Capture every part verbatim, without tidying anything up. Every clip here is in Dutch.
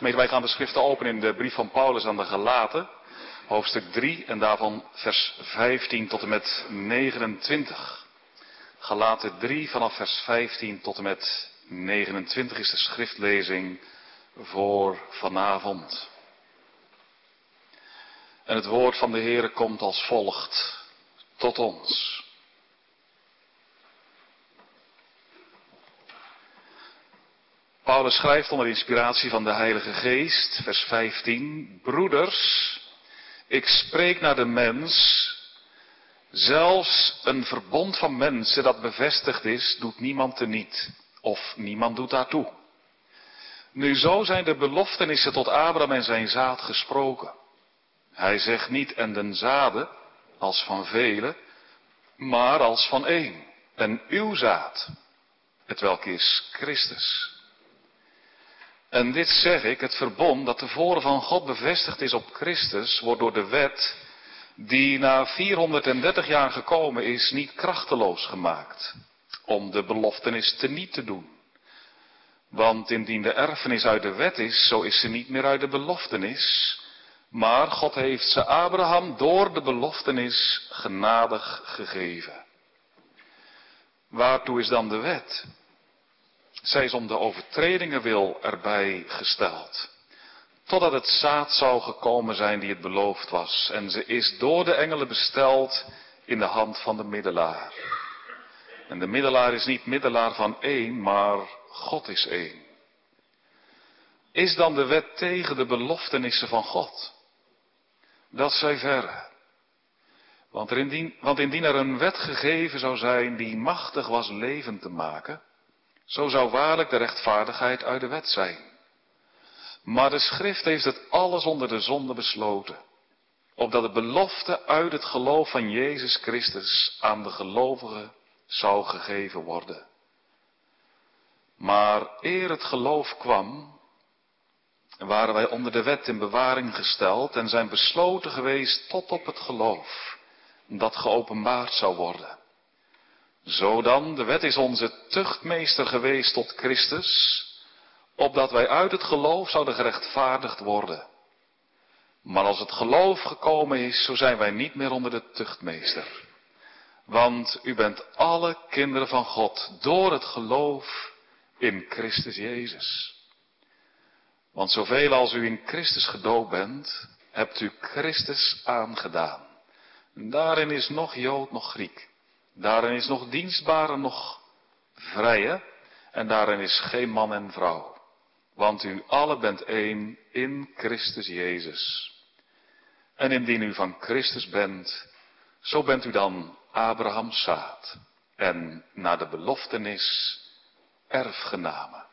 Gemeente, wij gaan de schriften openen in de brief van Paulus aan de Galaten, hoofdstuk drie en daarvan vers vijftien tot en met negenentwintig. Galaten drie vanaf vers vijftien tot en met negenentwintig is de schriftlezing voor vanavond. En het woord van de Heere komt als volgt tot ons. Paulus schrijft onder inspiratie van de Heilige Geest, vers vijftien. Broeders, ik spreek naar de mens. Zelfs een verbond van mensen dat bevestigd is, doet niemand teniet. Of niemand doet daartoe. Nu zo zijn de beloftenissen tot Abraham en zijn zaad gesproken. Hij zegt niet en den zade, als van velen, maar als van één. En uw zaad, hetwelk is Christus. En dit zeg ik, het verbond dat tevoren van God bevestigd is op Christus, wordt door de wet, die na vierhonderddertig jaar gekomen is, niet krachteloos gemaakt, om de beloftenis teniet te doen. Want indien de erfenis uit de wet is, zo is ze niet meer uit de beloftenis, maar God heeft ze Abraham door de beloftenis genadig gegeven. Waartoe is dan de wet? Zij is om de overtredingen wil erbij gesteld. Totdat het zaad zou gekomen zijn die het beloofd was. En ze is door de engelen besteld in de hand van de middelaar. En de middelaar is niet middelaar van één, maar God is één. Is dan de wet tegen de beloftenissen van God? Dat zij verre. Want, er indien, want indien er een wet gegeven zou zijn die machtig was leven te maken, zo zou waarlijk de rechtvaardigheid uit de wet zijn. Maar de schrift heeft het alles onder de zonde besloten, opdat de belofte uit het geloof van Jezus Christus aan de gelovigen zou gegeven worden. Maar eer het geloof kwam, waren wij onder de wet in bewaring gesteld en zijn besloten geweest tot op het geloof, dat geopenbaard zou worden. Zodan, de wet is onze tuchtmeester geweest tot Christus, opdat wij uit het geloof zouden gerechtvaardigd worden. Maar als het geloof gekomen is, zo zijn wij niet meer onder de tuchtmeester. Want u bent alle kinderen van God door het geloof in Christus Jezus. Want zoveel als u in Christus gedoopt bent, hebt u Christus aangedaan. En daarin is nog Jood, nog Griek. Daarin is nog dienstbare, nog vrije. En daarin is geen man en vrouw. Want u alle bent één in Christus Jezus. En indien u van Christus bent, zo bent u dan Abrahams zaad. En naar de beloftenis erfgename.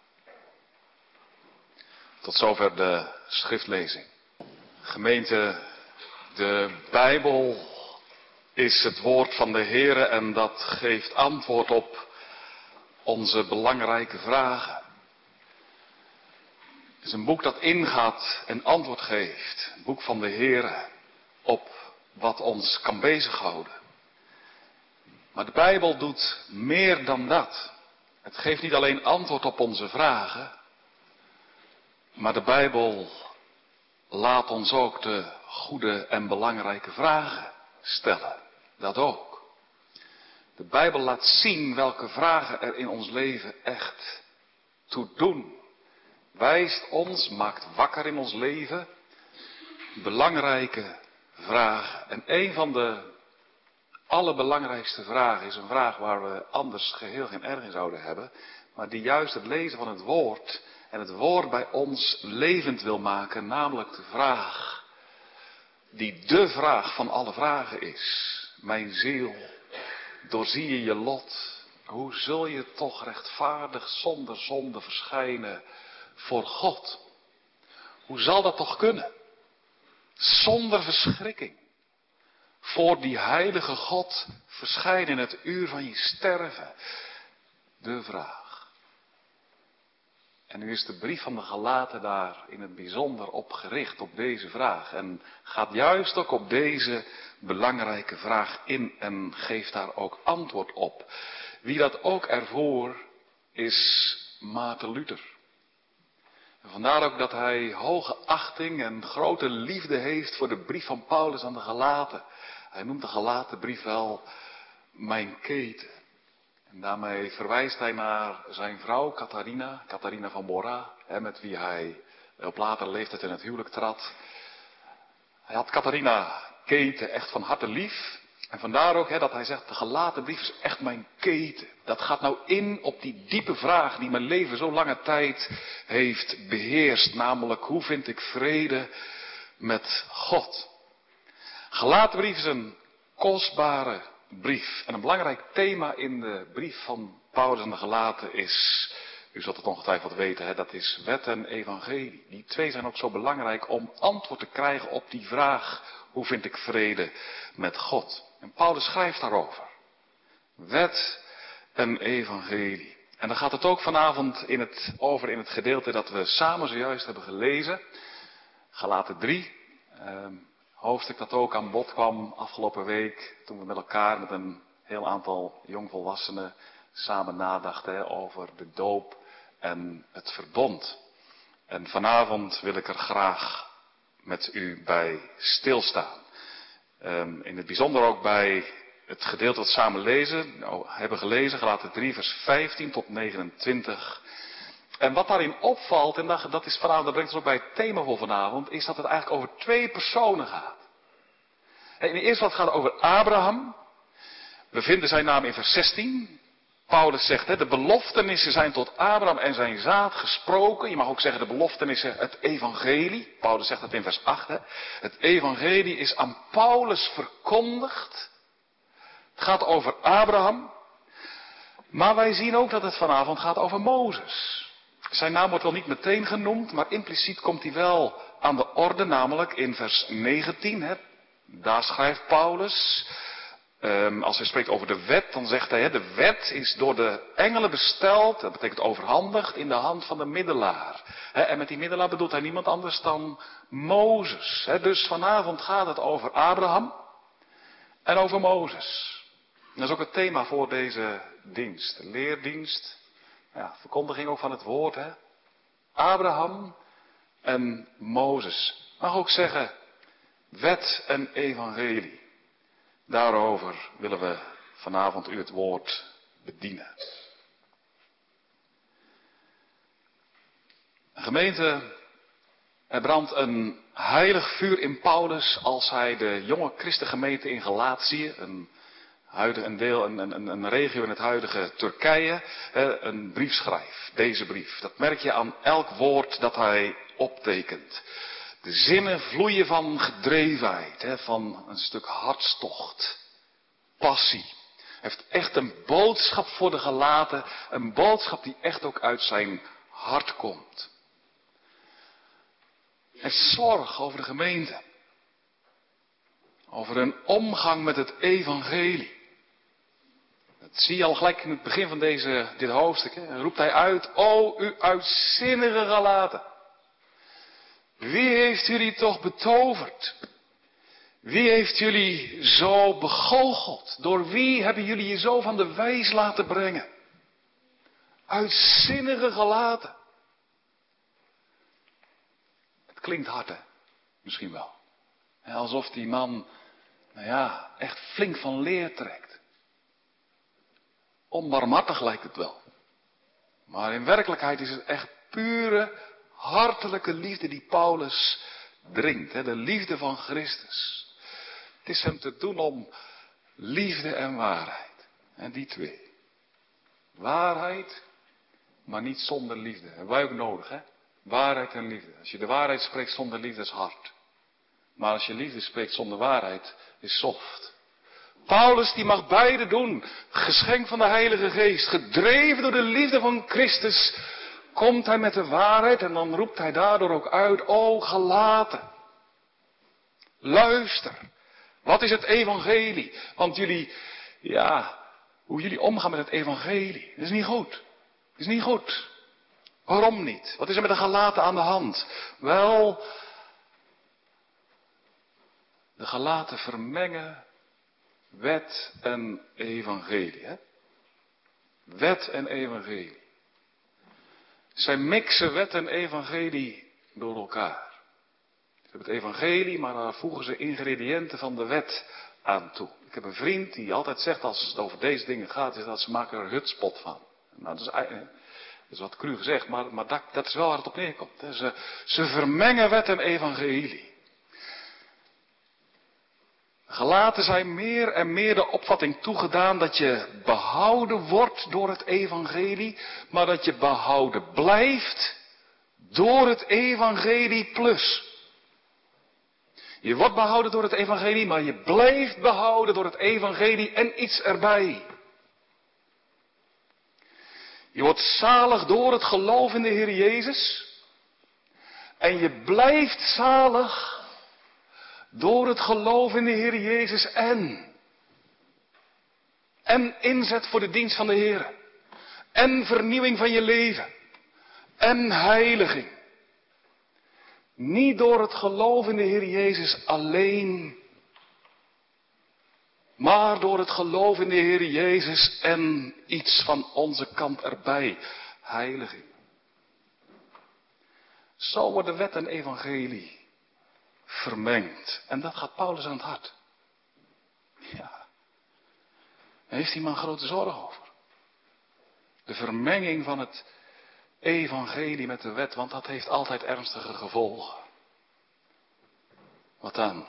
Tot zover de schriftlezing. Gemeente, de Bijbel is het woord van de Heere en dat geeft antwoord op onze belangrijke vragen. Het is een boek dat ingaat en antwoord geeft. Een boek van de Heere op wat ons kan bezighouden. Maar de Bijbel doet meer dan dat. Het geeft niet alleen antwoord op onze vragen, maar de Bijbel laat ons ook de goede en belangrijke vragen stellen. Dat ook. De Bijbel laat zien welke vragen er in ons leven echt toe doen. Wijst ons, maakt wakker in ons leven belangrijke vragen. En een van de allerbelangrijkste vragen is een vraag waar we anders geheel geen erg in zouden hebben. Maar die juist het lezen van het woord en het woord bij ons levend wil maken. Namelijk de vraag die de vraag van alle vragen is. Mijn ziel, doorzie je je lot. Hoe zul je toch rechtvaardig zonder zonde verschijnen voor God? Hoe zal dat toch kunnen? Zonder verschrikking. Voor die heilige God verschijnen in het uur van je sterven. De vraag. En nu is de brief van de Galaten daar in het bijzonder op gericht, op deze vraag. En gaat juist ook op deze belangrijke vraag in en geeft daar ook antwoord op. Wie dat ook ervoor is Maarten Luther. En vandaar ook dat hij hoge achting en grote liefde heeft voor de brief van Paulus aan de Galaten. Hij noemt de Galatenbrief wel mijn keten. En daarmee verwijst hij naar zijn vrouw Catharina, Catharina van Bora, hè, met wie hij op latere leeftijd in het huwelijk trad. Hij had Catharina keten echt van harte lief. En vandaar ook hè, dat hij zegt, de Galatenbrief is echt mijn keten. Dat gaat nou in op die diepe vraag die mijn leven zo lange tijd heeft beheerst. Namelijk, hoe vind ik vrede met God? Galatenbrief is een kostbare brief. En een belangrijk thema in de brief van Paulus aan de Galaten is, u zult het ongetwijfeld weten, hè, dat is wet en evangelie. Die twee zijn ook zo belangrijk om antwoord te krijgen op die vraag, hoe vind ik vrede met God? En Paulus schrijft daarover. Wet en evangelie. En daar gaat het ook vanavond in het, over in het gedeelte dat we samen zojuist hebben gelezen. Galaten drie. Eh, hoofdstuk dat ook aan bod kwam afgelopen week. Toen we met elkaar met een heel aantal jongvolwassenen samen nadachten hè, over de doop en het verbond. En vanavond wil ik er graag met u bij stilstaan. Um, in het bijzonder ook bij het gedeelte dat we samen lezen, nou, hebben gelezen, Galaten drie vers vijftien tot negenentwintig. En wat daarin opvalt, en dat, dat is vanavond, dat brengt ons ook bij het thema voor vanavond, is dat het eigenlijk over twee personen gaat. In de eerste wat gaat het over Abraham. We vinden zijn naam in vers zestien. Paulus zegt, hè, de beloftenissen zijn tot Abraham en zijn zaad gesproken. Je mag ook zeggen de beloftenissen, het evangelie. Paulus zegt dat in vers acht. Hè. Het evangelie is aan Paulus verkondigd. Het gaat over Abraham. Maar wij zien ook dat het vanavond gaat over Mozes. Zijn naam wordt wel niet meteen genoemd, maar impliciet komt hij wel aan de orde. Namelijk in vers negentien. Hè. Daar schrijft Paulus... Um, als hij spreekt over de wet, dan zegt hij, hè, de wet is door de engelen besteld, dat betekent overhandigd, in de hand van de middelaar. Hè, en met die middelaar bedoelt hij niemand anders dan Mozes. Hè. Dus vanavond gaat het over Abraham en over Mozes. En dat is ook het thema voor deze dienst, de leerdienst, ja, verkondiging ook van het woord. Hè. Abraham en Mozes. Mag ook zeggen, wet en evangelie. Daarover willen we vanavond u het woord bedienen. Gemeente, er brandt een heilig vuur in Paulus als hij de jonge christengemeente in Galatië, een, huidige, een deel, een, een, een regio in het huidige Turkije, een brief schrijft. Deze brief. Dat merk je aan elk woord dat hij optekent. De zinnen vloeien van gedrevenheid, hè, van een stuk hartstocht, passie. Hij heeft echt een boodschap voor de Galaten, een boodschap die echt ook uit zijn hart komt. Hij heeft zorg over de gemeente, over hun omgang met het evangelie. Dat zie je al gelijk in het begin van deze, dit hoofdstuk. Hè. Dan roept hij uit, o u uitzinnige Galaten. Wie heeft jullie toch betoverd? Wie heeft jullie zo begoocheld? Door wie hebben jullie je zo van de wijs laten brengen? Uitzinnige Galaten. Het klinkt hard, hè? Misschien wel. Alsof die man, nou ja, echt flink van leer trekt. Onbarmhartig lijkt het wel. Maar in werkelijkheid is het echt pure, hartelijke liefde die Paulus dringt. Hè? De liefde van Christus. Het is hem te doen om liefde en waarheid. En die twee. Waarheid, maar niet zonder liefde. Dat hebben wij ook nodig, hè? Waarheid en liefde. Als je de waarheid spreekt zonder liefde is hard. Maar als je liefde spreekt zonder waarheid is soft. Paulus die mag beide doen. Geschenk van de Heilige Geest. Gedreven door de liefde van Christus. Komt hij met de waarheid en dan roept hij daardoor ook uit. O Galaten. Luister. Wat is het evangelie? Want jullie, ja, hoe jullie omgaan met het evangelie. Dat is niet goed. Dat is niet goed. Waarom niet? Wat is er met de Galaten aan de hand? Wel, de Galaten vermengen wet en evangelie. Hè? Wet en evangelie. Zij mixen wet en evangelie door elkaar. Ze hebben het evangelie, maar daar voegen ze ingrediënten van de wet aan toe. Ik heb een vriend die altijd zegt, als het over deze dingen gaat, is dat ze maken er hutspot van. Nou, dat is, dat is wat cru gezegd, maar, maar dat, dat is wel waar het op neerkomt. Ze, ze vermengen wet en evangelie. Gelaten zijn meer en meer de opvatting toegedaan dat je behouden wordt door het evangelie, maar dat je behouden blijft door het evangelie plus. Je wordt behouden door het evangelie, maar je blijft behouden door het evangelie en iets erbij. Je wordt zalig door het geloof in de Heer Jezus. En je blijft zalig door het geloof in de Heer Jezus en. En inzet voor de dienst van de Heer. En vernieuwing van je leven. En heiliging. Niet door het geloof in de Heer Jezus alleen. Maar door het geloof in de Heer Jezus en iets van onze kant erbij. Heiliging. Zo worden wet en evangelie vermengd. En dat gaat Paulus aan het hart. Ja. Daar heeft hij maar grote zorg over. De vermenging van het evangelie met de wet, want dat heeft altijd ernstige gevolgen. Wat dan?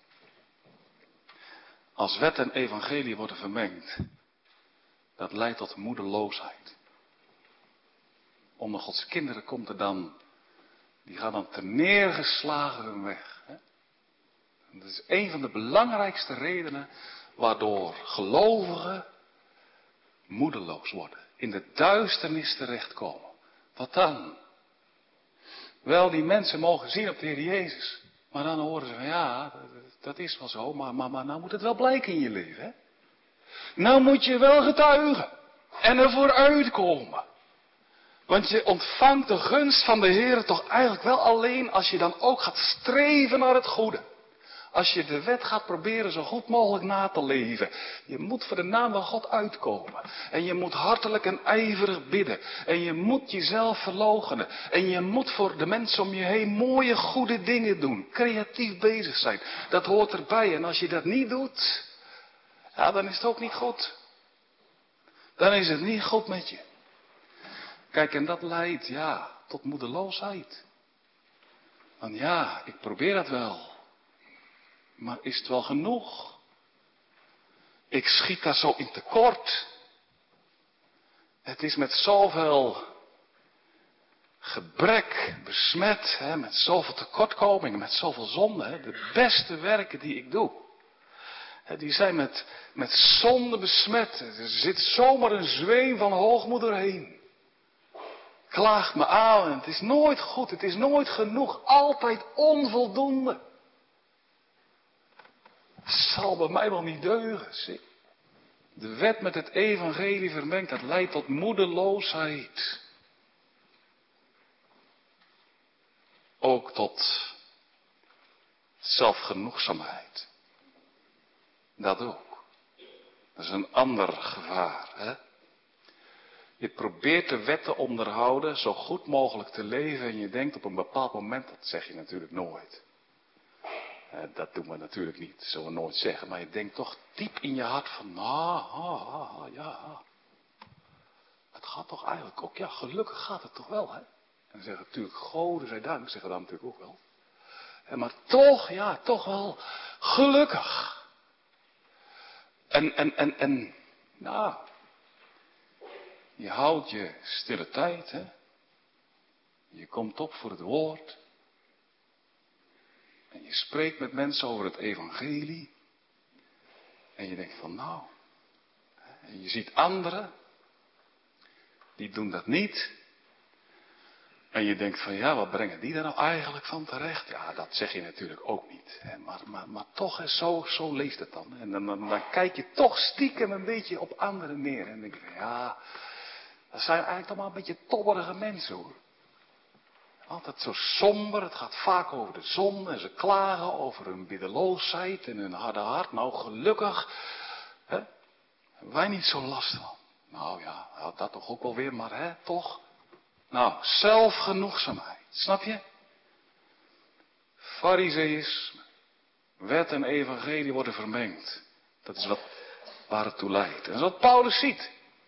Als wet en evangelie worden vermengd, dat leidt tot moedeloosheid. Onder Gods kinderen komt er dan, die gaan dan ter neergeslagen hun weg. Hè? En dat is een van de belangrijkste redenen waardoor gelovigen moedeloos worden. In de duisternis terechtkomen. Wat dan? Wel, die mensen mogen zien op de Heer Jezus. Maar dan horen ze van ja, dat is wel zo, maar, maar, maar nou moet het wel blijken in je leven. Hè? Nou moet je wel getuigen. En ervoor uitkomen. Want je ontvangt de gunst van de Heer toch eigenlijk wel alleen als je dan ook gaat streven naar het goede. Als je de wet gaat proberen zo goed mogelijk na te leven. Je moet voor de naam van God uitkomen. En je moet hartelijk en ijverig bidden. En je moet jezelf verloochenen. En je moet voor de mensen om je heen mooie goede dingen doen. Creatief bezig zijn. Dat hoort erbij. En als je dat niet doet, ja, dan is het ook niet goed. Dan is het niet goed met je. Kijk, en dat leidt, ja, tot moedeloosheid. Want ja, ik probeer dat wel. Maar is het wel genoeg? Ik schiet daar zo in tekort. Het is met zoveel gebrek besmet, hè, met zoveel tekortkomingen, met zoveel zonde. Hè. De beste werken die ik doe, hè, die zijn met, met zonde besmet. Er zit zomaar een zweem van hoogmoed doorheen. Klaagt me aan en het is nooit goed, het is nooit genoeg, altijd onvoldoende. Het zal bij mij wel niet deugen, zie. De wet met het evangelie vermengd, dat leidt tot moedeloosheid. Ook tot zelfgenoegzaamheid. Dat ook. Dat is een ander gevaar, hè. Je probeert de wet te onderhouden, zo goed mogelijk te leven en je denkt op een bepaald moment, dat zeg je natuurlijk nooit. Dat doen we natuurlijk niet, dat zullen we nooit zeggen. Maar je denkt toch diep in je hart van, nou, ah, ah, ja. Het gaat toch eigenlijk ook, ja, gelukkig gaat het toch wel, hè. En dan zeggen we natuurlijk, Gode zij dank, zeggen we dan natuurlijk ook wel. Maar toch, ja, toch wel, gelukkig. En, en, en, en, nou, je houdt je stille tijd, hè. Je komt op voor het woord. En je spreekt met mensen over het evangelie. En je denkt van nou. En je ziet anderen. Die doen dat niet. En je denkt van ja, wat brengen die er nou eigenlijk van terecht? Ja, dat zeg je natuurlijk ook niet. Hè? Maar, maar, maar toch, hè, zo, zo leeft het dan. En dan, dan, dan kijk je toch stiekem een beetje op anderen neer. En dan denk je van ja, dat zijn eigenlijk toch maar een beetje tobberige mensen hoor. Altijd zo somber, het gaat vaak over de zon en ze klagen over hun biddeloosheid en hun harde hart. Nou, gelukkig hè, hebben wij niet zo last van. Nou ja, dat toch ook wel weer, maar hè, toch. Nou, zelfgenoegzaamheid, snap je? Farizeïsme, wet en evangelie worden vermengd. Dat is wat, waar het toe leidt. En dat is wat Paulus ziet.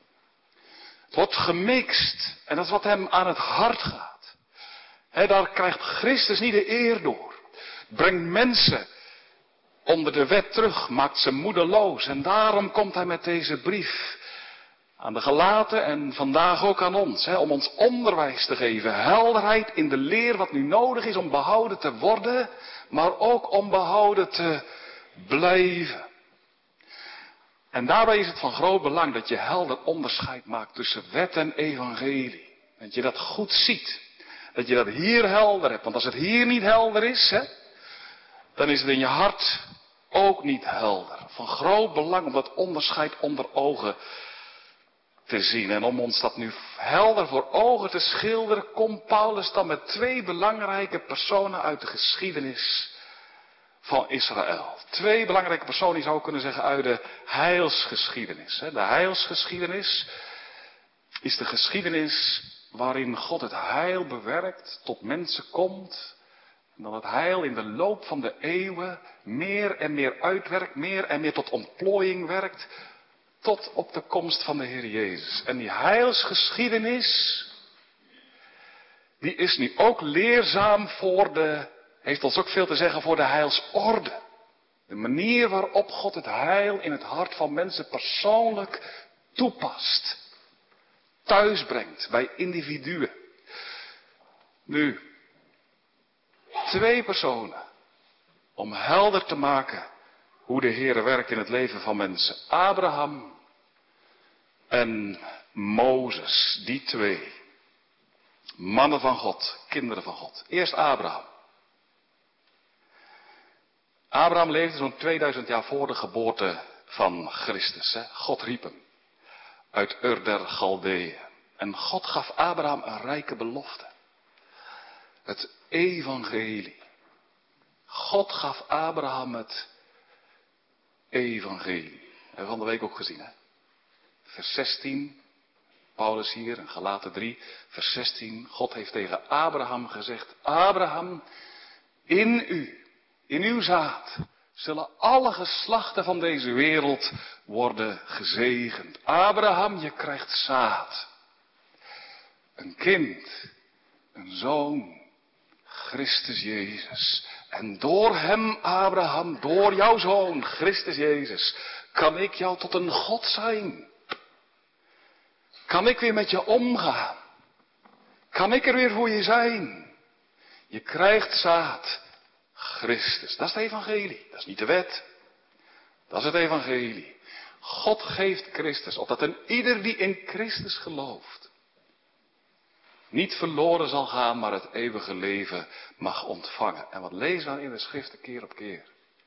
Het wordt gemixt. En dat is wat hem aan het hart gaat. He, daar krijgt Christus niet de eer door. Brengt mensen onder de wet terug, maakt ze moedeloos. En daarom komt hij met deze brief aan de gelaten en vandaag ook aan ons. He, om ons onderwijs te geven. Helderheid in de leer wat nu nodig is om behouden te worden. Maar ook om behouden te blijven. En daarbij is het van groot belang dat je helder onderscheid maakt tussen wet en evangelie. Dat je dat goed ziet. Dat je dat hier helder hebt. Want als het hier niet helder is, hè, dan is het in je hart ook niet helder. Van groot belang om dat onderscheid onder ogen te zien. En om ons dat nu helder voor ogen te schilderen, komt Paulus dan met twee belangrijke personen uit de geschiedenis van Israël. Twee belangrijke personen, je zou kunnen zeggen, uit de heilsgeschiedenis. De heilsgeschiedenis is de geschiedenis waarin God het heil bewerkt, tot mensen komt. En dan het heil in de loop van de eeuwen meer en meer uitwerkt, meer en meer tot ontplooiing werkt, tot op de komst van de Heer Jezus. En die heilsgeschiedenis, die is nu ook leerzaam voor de, heeft ons ook veel te zeggen voor de heilsorde. De manier waarop God het heil in het hart van mensen persoonlijk toepast. Thuisbrengt bij individuen. Nu, twee personen om helder te maken hoe de Heer werkt in het leven van mensen. Abraham en Mozes, die twee. Mannen van God, kinderen van God. Eerst Abraham. Abraham leefde zo'n tweeduizend jaar voor de geboorte van Christus. Hè? God riep hem uit Ur der Galdeeën. En God gaf Abraham een rijke belofte. Het evangelie. God gaf Abraham het evangelie. Dat hebben we van de week ook gezien. Hè? Vers zestien. Paulus hier in Galaten drie. Vers zestien. God heeft tegen Abraham gezegd. Abraham, in u. In uw zaad zullen alle geslachten van deze wereld worden gezegend. Abraham, je krijgt zaad. Een kind, een zoon, Christus Jezus. En door hem, Abraham, door jouw zoon, Christus Jezus, kan ik jou tot een God zijn. Kan ik weer met je omgaan. Kan ik er weer voor je zijn. Je krijgt zaad. Christus, dat is het evangelie, dat is niet de wet. Dat is het evangelie. God geeft Christus, opdat een ieder die in Christus gelooft, niet verloren zal gaan, maar het eeuwige leven mag ontvangen. En wat lezen we dan in de schriften keer op keer?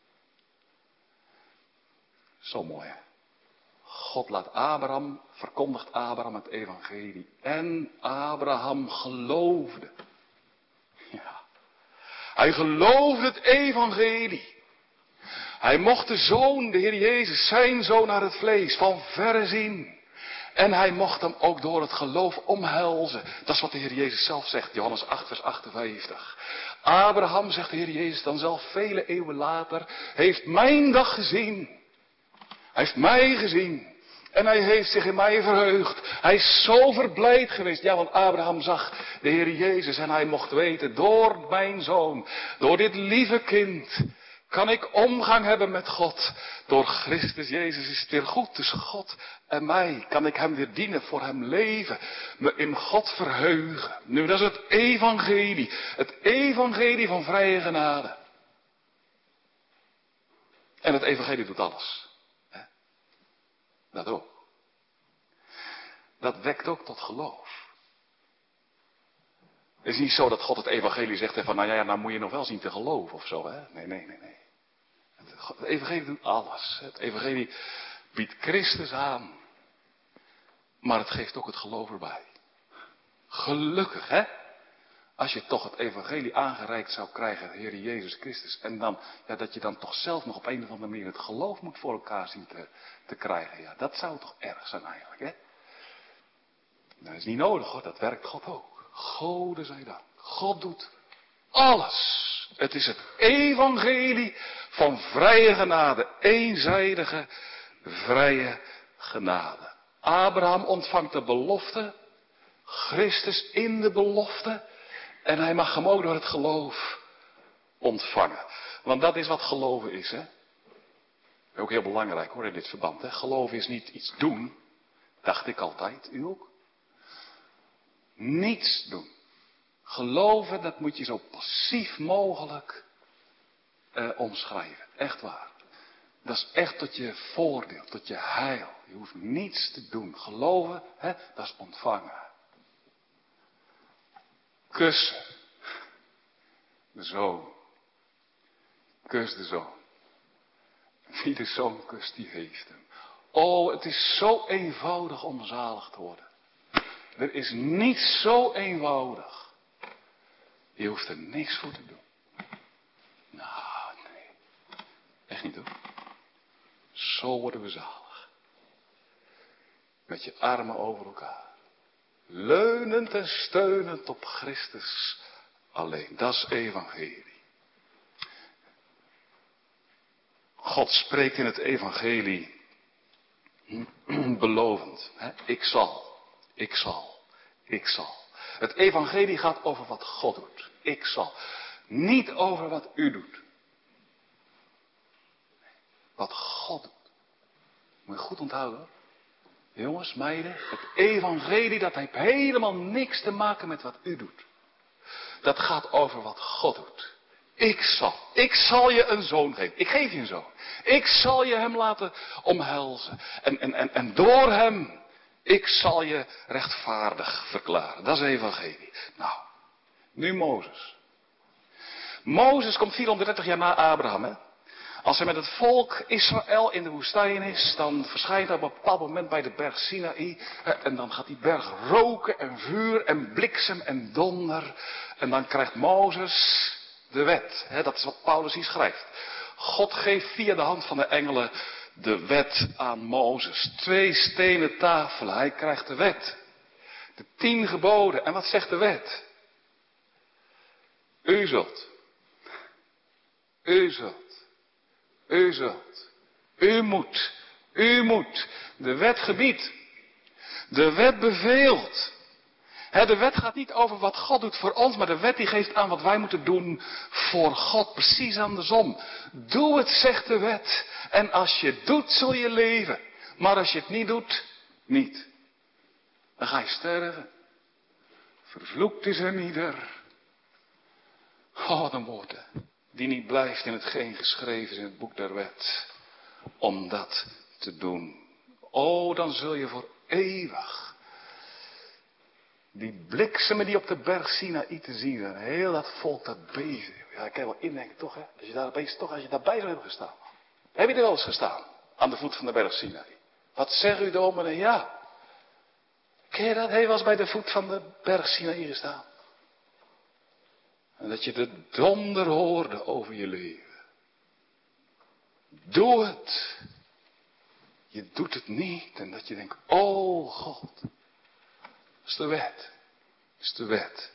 Zo mooi, hè? God laat Abraham, verkondigt Abraham het evangelie. En Abraham geloofde. Ja. Hij geloofde het evangelie. Hij mocht de zoon, de Heer Jezus, zijn zoon naar het vlees, van verre zien. En hij mocht hem ook door het geloof omhelzen. Dat is wat de Heer Jezus zelf zegt, Johannes acht vers achtenvijftig. Abraham, zegt de Heer Jezus dan zelf vele eeuwen later, heeft mijn dag gezien. Hij heeft mij gezien. En hij heeft zich in mij verheugd. Hij is zo verblijd geweest. Ja, want Abraham zag de Heer Jezus en hij mocht weten, door mijn zoon, door dit lieve kind, kan ik omgang hebben met God. Door Christus Jezus is het weer goed tussen God en mij. Kan ik hem weer dienen, voor hem leven, me in God verheugen. Nu, dat is het evangelie. Het evangelie van vrije genade. En het evangelie doet alles. Dat ook. Dat wekt ook tot geloof. Het is niet zo dat God het evangelie zegt van, nou ja, nou moet je nog wel zien te geloven of zo, hè? Nee, nee, nee, nee. Het, het evangelie doet alles. Het evangelie biedt Christus aan. Maar het geeft ook het geloof erbij. Gelukkig, hè? Als je toch het evangelie aangereikt zou krijgen, Heer Jezus Christus. En dan, ja, dat je dan toch zelf nog op een of andere manier het geloof moet voor elkaar zien te, te krijgen. Ja, dat zou toch erg zijn eigenlijk, hè? Dat is niet nodig hoor, dat werkt God ook. Gode zij dank. God doet alles. Het is het evangelie van vrije genade. Eenzijdige vrije genade. Abraham ontvangt de belofte. Christus in de belofte. En hij mag hem ook door het geloof ontvangen. Want dat is wat geloven is, hè. Ook heel belangrijk hoor in dit verband, hè. Geloven is niet iets doen. Dacht ik altijd, u ook. Niets doen. Geloven, dat moet je zo passief mogelijk eh, omschrijven. Echt waar. Dat is echt tot je voordeel, tot je heil. Je hoeft niets te doen. Geloven, hè, dat is ontvangen. Kussen. De zoon. Kus de zoon. Wie de zoon kust, die heeft hem. Oh, het is zo eenvoudig om zalig te worden. Er is niets zo eenvoudig. Je hoeft er niks voor te doen. Nou, nee. Echt niet hoor. Zo worden we zalig. Met je armen over elkaar. Leunend en steunend op Christus alleen. Dat is evangelie. God spreekt in het evangelie belovend. Hè? Ik zal, ik zal, ik zal. Het evangelie gaat over wat God doet. Ik zal. Niet over wat u doet. Wat God doet. Moet je goed onthouden hoor. Jongens, meiden, het evangelie dat heeft helemaal niks te maken met wat u doet. Dat gaat over wat God doet. Ik zal. Ik zal je een zoon geven. Ik geef je een zoon. Ik zal je hem laten omhelzen. En, en, en, en door hem, ik zal je rechtvaardig verklaren. Dat is evangelie. Nou, nu Mozes. Mozes komt vierhonderddertig jaar na Abraham, hè. Als hij met het volk Israël in de woestijn is, dan verschijnt hij op een bepaald moment bij de berg Sinaï. En dan gaat die berg roken en vuur en bliksem en donder. En dan krijgt Mozes de wet. Hè, dat is wat Paulus hier schrijft. God geeft via de hand van de engelen de wet aan Mozes. Twee stenen tafelen. Hij krijgt de wet. De tien geboden. En wat zegt de wet? U zult. U zult. U zult. U moet. U moet. De wet gebiedt. De wet beveelt. He, de wet gaat niet over wat God doet voor ons, maar de wet die geeft aan wat wij moeten doen voor God. Precies andersom. Doe het, zegt de wet. En als je het doet, zul je leven. Maar als je het niet doet, niet. Dan ga je sterven. Vervloekt is er ieder. Oh, de woorden. Die niet blijft in hetgeen geschreven is in het boek der wet. Om dat te doen. Oh, dan zul je voor eeuwig. Die bliksemen die op de berg Sinaï te zien zijn. Heel dat volk dat beeft. Ja, ik kan je wel indenken toch hè. Als je daar opeens toch, als je daarbij zou hebben gestaan. Heb je er wel eens gestaan? Aan de voet van de berg Sinaï. Wat zegt u dominee? Ja. Ken je dat? Hij was bij de voet van de berg Sinaï gestaan. En dat je de donder hoorde over je leven. Doe het. Je doet het niet. En dat je denkt, oh God. Dat is de wet. Dat is de wet.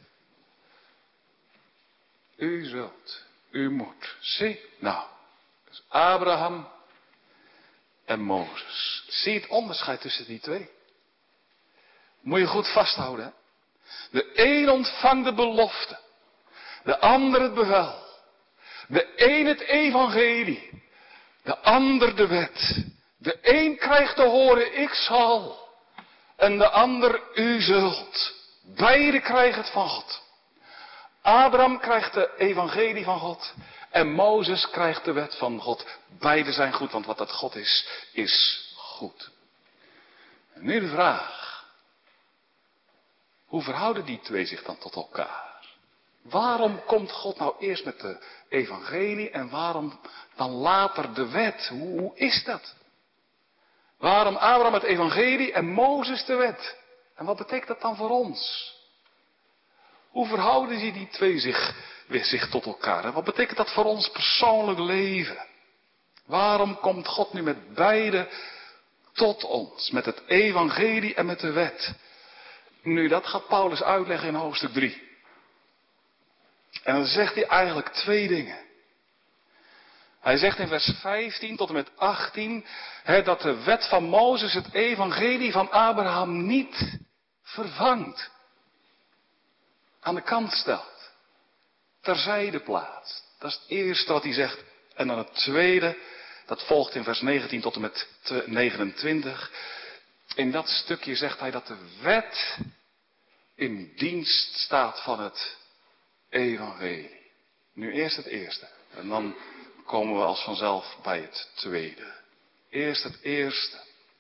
U zult. U moet. Zie. Nou. Dat is Abraham en Mozes. Zie het onderscheid tussen die twee. Moet je goed vasthouden. Hè? De een ontvangt de belofte. De ander het bevel. De een het evangelie. De ander de wet. De een krijgt te horen, ik zal. En de ander, u zult. Beide krijgen het van God. Abraham krijgt de evangelie van God. En Mozes krijgt de wet van God. Beide zijn goed, want wat dat God is, is goed. En nu de vraag. Hoe verhouden die twee zich dan tot elkaar? Waarom komt God nou eerst met de evangelie en waarom dan later de wet? Hoe, hoe is dat? Waarom Abraham het evangelie en Mozes de wet? En wat betekent dat dan voor ons? Hoe verhouden die, die twee zich, weer zich tot elkaar? En wat betekent dat voor ons persoonlijk leven? Waarom komt God nu met beide tot ons? Met het evangelie en met de wet? Nu, dat gaat Paulus uitleggen in hoofdstuk drie. En dan zegt hij eigenlijk twee dingen. Hij zegt in vers vijftien tot en met achttien, hè, dat de wet van Mozes het evangelie van Abraham niet vervangt. Aan de kant stelt. Terzijde plaatst. Dat is het eerste wat hij zegt. En dan het tweede, dat volgt in vers negentien tot en met negenentwintig. In dat stukje zegt hij dat de wet in dienst staat van het evangelie. Nu eerst het eerste. En dan komen we als vanzelf bij het tweede. Eerst het eerste.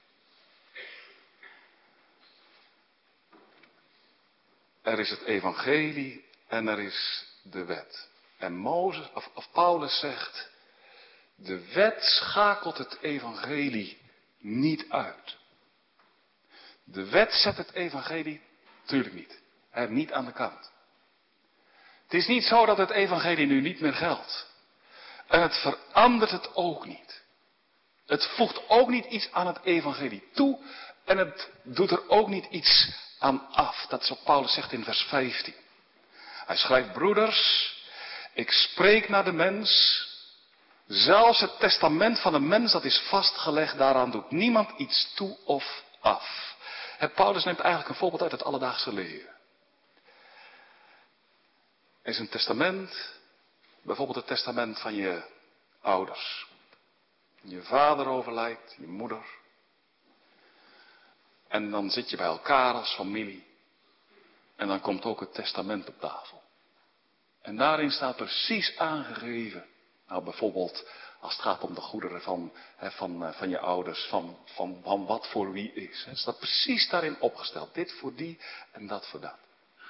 Er is het evangelie en er is de wet. En Mozes, of, of Paulus zegt, de wet schakelt het evangelie niet uit. De wet zet het evangelie, tuurlijk niet, hè, niet aan de kant. Het is niet zo dat het evangelie nu niet meer geldt. En het verandert het ook niet. Het voegt ook niet iets aan het evangelie toe en het doet er ook niet iets aan af. Dat is wat Paulus zegt in vers vijftien. Hij schrijft, broeders, ik spreek naar de mens. Zelfs het testament van een mens dat is vastgelegd, daaraan doet niemand iets toe of af. En Paulus neemt eigenlijk een voorbeeld uit het alledaagse leven. Er is een testament, bijvoorbeeld het testament van je ouders. Je vader overlijdt, je moeder. En dan zit je bij elkaar als familie. En dan komt ook het testament op tafel. En daarin staat precies aangegeven. Nou, bijvoorbeeld als het gaat om de goederen van, hè, van, van je ouders, van, van, van wat voor wie is. Het staat precies daarin opgesteld. Dit voor die en dat voor dat.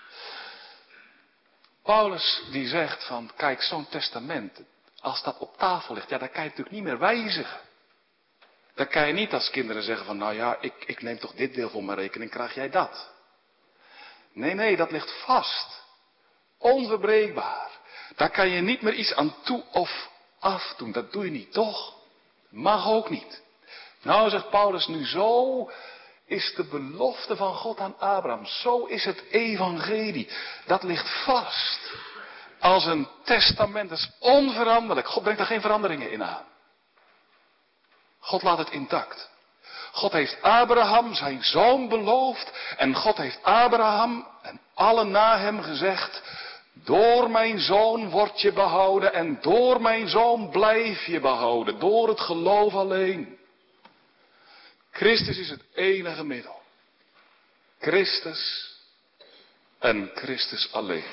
Paulus die zegt van, kijk, zo'n testament, als dat op tafel ligt, ja, dan kan je het natuurlijk niet meer wijzigen. Dan kan je niet als kinderen zeggen van, nou ja, ik, ik neem toch dit deel voor mijn rekening, krijg jij dat. Nee, nee, dat ligt vast. Onverbreekbaar. Daar kan je niet meer iets aan toe of af doen. Dat doe je niet, toch? Mag ook niet. Nou, zegt Paulus, nu zo is de belofte van God aan Abraham. Zo is het evangelie. Dat ligt vast. Als een testament. Dat is onveranderlijk. God brengt daar geen veranderingen in aan. God laat het intact. God heeft Abraham zijn zoon beloofd. En God heeft Abraham en alle na hem gezegd, door mijn zoon word je behouden en door mijn zoon blijf je behouden. Door het geloof alleen. Christus is het enige middel. Christus en Christus alleen.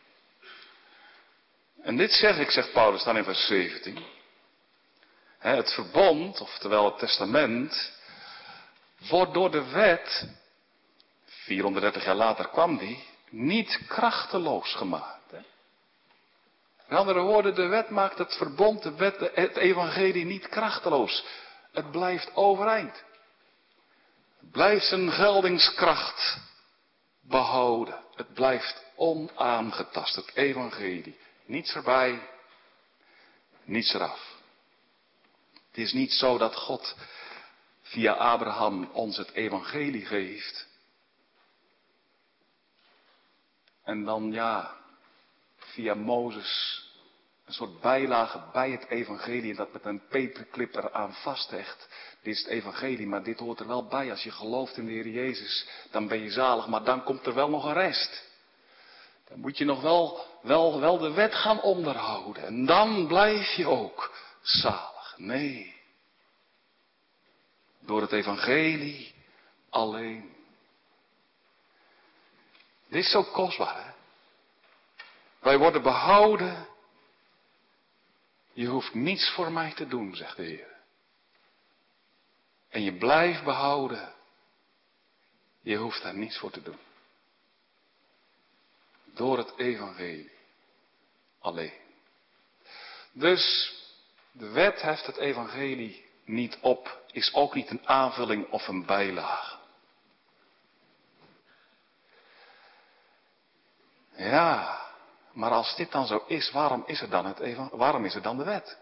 En dit zeg ik, zegt Paulus dan in vers zeventien. Het verbond, oftewel het testament, wordt door de wet, vierhonderddertig jaar later kwam die, niet krachteloos gemaakt. Hè? Met andere woorden, de wet maakt het verbond, de wet, het evangelie niet krachteloos. Het blijft overeind. Het blijft zijn geldingskracht behouden. Het blijft onaangetast, het evangelie. Niets erbij, niets eraf. Het is niet zo dat God via Abraham ons het evangelie geeft. En dan ja, via Mozes een soort bijlage bij het evangelie. En dat met een paperclip eraan vasthecht. Dit is het evangelie, maar dit hoort er wel bij. Als je gelooft in de Heer Jezus, dan ben je zalig. Maar dan komt er wel nog een rest. Dan moet je nog wel, wel, wel de wet gaan onderhouden. En dan blijf je ook zalig. Nee. Door het evangelie alleen. Dit is zo kostbaar, hè? Wij worden behouden. Je hoeft niets voor mij te doen, zegt de Heer. En je blijft behouden. Je hoeft daar niets voor te doen. Door het evangelie alleen. Dus de wet heft het evangelie niet op, is ook niet een aanvulling of een bijlage. Ja, maar als dit dan zo is, waarom is er dan, het evan- waarom is er dan de wet?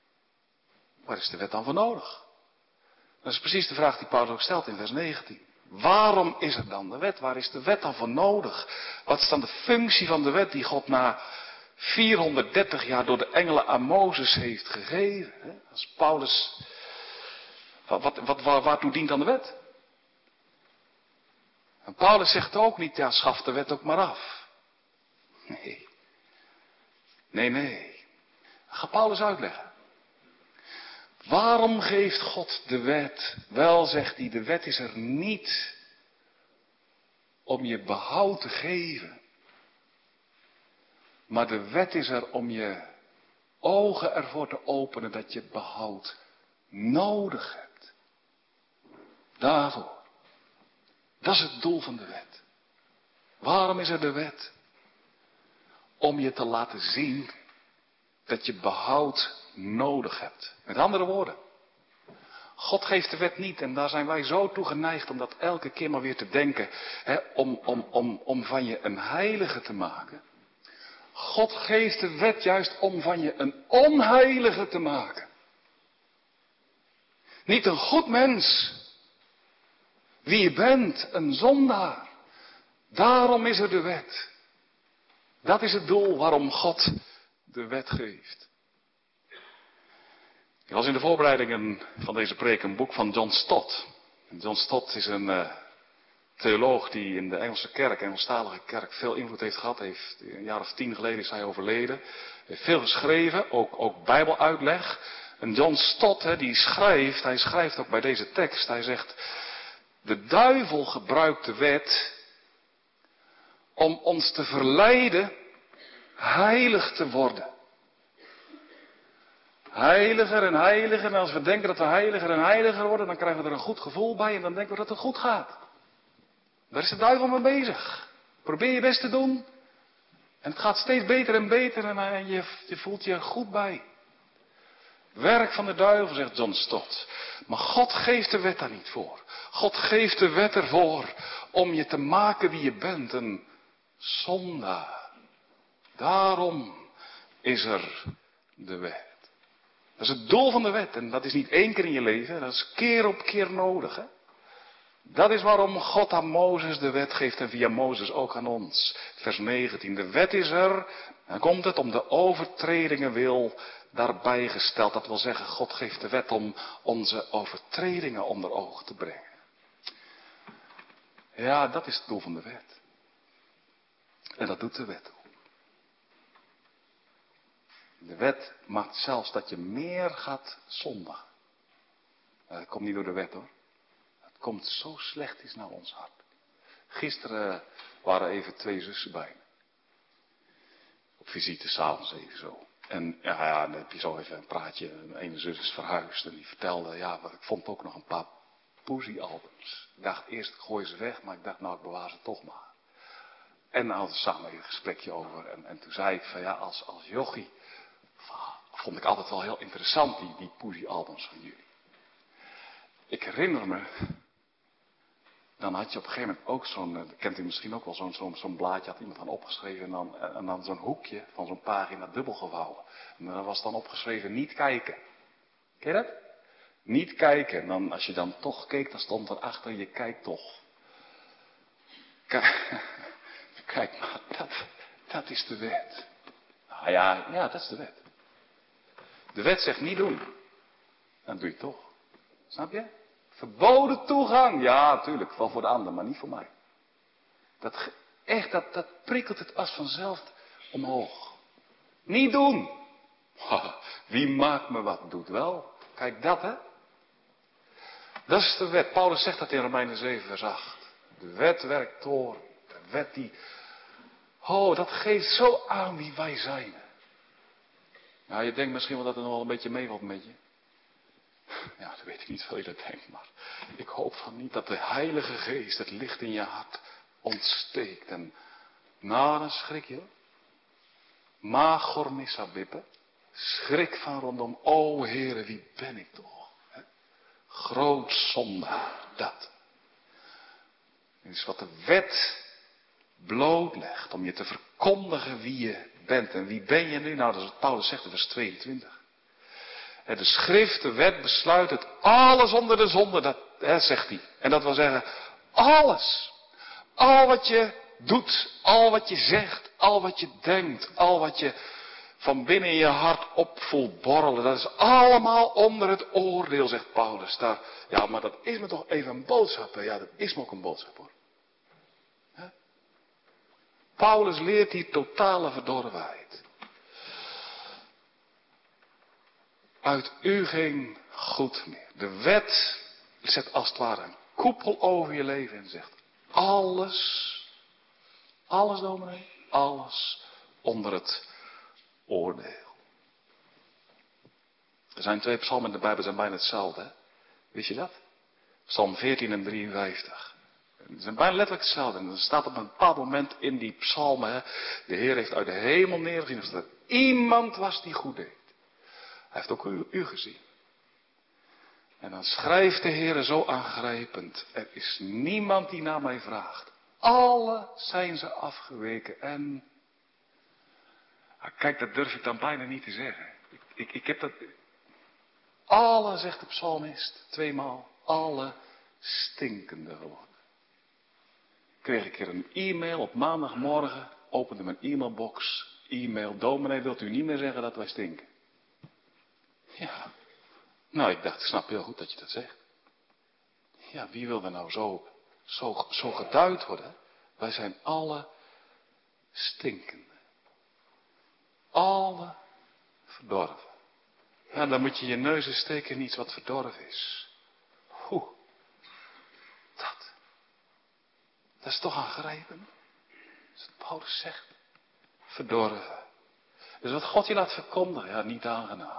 Waar is de wet dan voor nodig? Dat is precies de vraag die Paulus ook stelt in vers negentien. Waarom is er dan de wet? Waar is de wet dan voor nodig? Wat is dan de functie van de wet die God na vierhonderddertig jaar door de engelen aan Mozes heeft gegeven? Als Paulus, wat, wat, wat, waar, waartoe dient dan de wet? En Paulus zegt ook niet, ja, schaf de wet ook maar af. Nee. Nee, nee. Ga Paulus uitleggen. Waarom geeft God de wet? Wel, zegt hij, de wet is er niet om je behoud te geven. Maar de wet is er om je ogen ervoor te openen dat je behoud nodig hebt. Daarvoor. Dat is het doel van de wet. Waarom is er de wet? Om je te laten zien dat je behoud nodig hebt. Met andere woorden. God geeft de wet niet en daar zijn wij zo toe geneigd om dat elke keer maar weer te denken. Hè, om, om, om, om van je een heilige te maken. God geeft de wet juist om van je een onheilige te maken. Niet een goed mens. Wie je bent, een zondaar. Daarom is er de wet. Dat is het doel waarom God de wet geeft. Ik was in de voorbereidingen van deze preek een boek van John Stott. En John Stott is een uh, theoloog die in de Engelse kerk, Engelstalige kerk, veel invloed heeft gehad. Heeft, een jaar of tien geleden is hij overleden. Heeft veel geschreven, ook, ook bijbeluitleg. En John Stott, hè, die schrijft, hij schrijft ook bij deze tekst, hij zegt, de duivel gebruikt de wet om ons te verleiden heilig te worden. Heiliger en heiliger. En als we denken dat we heiliger en heiliger worden, dan krijgen we er een goed gevoel bij en dan denken we dat het goed gaat. Daar is de duivel mee bezig. Probeer je best te doen. En het gaat steeds beter en beter en je, je voelt je goed bij. Werk van de duivel, zegt John Stott. Maar God geeft de wet daar niet voor. God geeft de wet ervoor om je te maken wie je bent. Een zondaar. Daarom is er de wet. Dat is het doel van de wet. En dat is niet één keer in je leven. Dat is keer op keer nodig. Hè? Dat is waarom God aan Mozes de wet geeft. En via Mozes ook aan ons. Vers negentien. De wet is er. Dan komt het om de overtredingen wil daarbij gesteld. Dat wil zeggen, God geeft de wet om onze overtredingen onder ogen te brengen. Ja, dat is het doel van de wet. En dat doet de wet ook. De wet maakt zelfs dat je meer gaat zondigen. Dat komt niet door de wet hoor. Het komt zo slecht is naar ons hart. Gisteren waren even twee zussen bij me. Op visite, s'avonds even zo. En ja, ja, dan heb je zo even een praatje. Mijn ene zus is verhuisd en die vertelde, ja, ik vond ook nog een paar poesie-albums. Ik dacht eerst, ik gooi ze weg, maar ik dacht, nou, ik bewaar ze toch maar. En daar hadden we samen even een gesprekje over. En, en toen zei ik van, ja, als, als jochie, vond ik altijd wel heel interessant, die, die poesie-albums van jullie. Ik herinner me, dan had je op een gegeven moment ook zo'n, dat kent u misschien ook wel, zo'n, zo'n, zo'n blaadje had iemand aan opgeschreven en dan, en dan zo'n hoekje van zo'n pagina dubbel gevouwen. En daar was dan opgeschreven, niet kijken. Ken je dat? Niet kijken. En dan, als je dan toch keek, dan stond erachter, je kijkt toch. Kijk, kijk maar, dat, dat is de wet. Nou ja, ja, dat is de wet. De wet zegt niet doen. Dan doe je het toch. Snap je? Verboden toegang. Ja, natuurlijk. Wel voor de ander, maar niet voor mij. Dat, echt, dat, dat prikkelt het als vanzelf omhoog. Niet doen. Wie maakt me wat? Doet wel. Kijk dat, hè. Dat is de wet. Paulus zegt dat in Romeinen zeven vers acht. De wet werkt door. De wet die... Oh, dat geeft zo aan wie wij zijn. Nou, je denkt misschien wel dat het nog wel een beetje meevalt met je. Ja, dat weet ik niet of je dat denkt, maar ik hoop van niet dat de Heilige Geest het licht in je hart ontsteekt. En nou, dan schrik je. Magor missa bippen. Schrik van rondom. O Heere, wie ben ik toch? He? Groot zondaar, dat. Dit is wat de wet blootlegt om je te verkondigen wie je bent. En wie ben je nu? Nou, dat is wat Paulus zegt in vers tweeëntwintig. De schrift, de wet besluit het alles onder de zonde, dat hè, zegt hij. En dat wil zeggen, Alles. Al wat je doet, al wat je zegt, al wat je denkt, al wat je van binnen in je hart op voelt borrelen. Dat is allemaal onder het oordeel, zegt Paulus daar. Ja, maar dat is me toch even een boodschap. Hè? Ja, dat is me ook een boodschap hoor. He? Paulus leert die totale verdorvenheid. Uit u ging goed meer. De wet zet als het ware een koepel over je leven en zegt alles, alles dominee, alles onder het oordeel. Er zijn twee psalmen in de Bijbel, zijn bijna hetzelfde. Hè? Wist je dat? Psalm veertien en drieënvijftig. Ze zijn bijna letterlijk hetzelfde. En er staat op een bepaald moment in die psalmen, hè, de Heer heeft uit de hemel neergezien of er iemand was die goed deed. Hij heeft ook u, u gezien. En dan schrijft de Heer zo aangrijpend. Er is niemand die naar mij vraagt. Alle zijn ze afgeweken en... Ah, kijk, dat durf ik dan bijna niet te zeggen. Ik, ik, ik heb dat... Alle, zegt de psalmist, tweemaal. Alle stinkende geworden. Ik kreeg een keer een e-mail op maandagmorgen. Opende mijn e-mailbox. E-mail, dominee, wilt u niet meer zeggen dat wij stinken? Ja. Nou, ik dacht, ik snap heel goed dat je dat zegt. Ja, wie wil er nou zo, zo, zo geduid worden? Wij zijn alle stinkende. Alle verdorven. Ja, dan moet je je neus eens steken in iets wat verdorven is. Hoe? Dat. Dat is toch aangrijpend? Dat is wat Paulus zegt. Verdorven. Dus wat God je laat verkondigen, ja, niet aangenaam.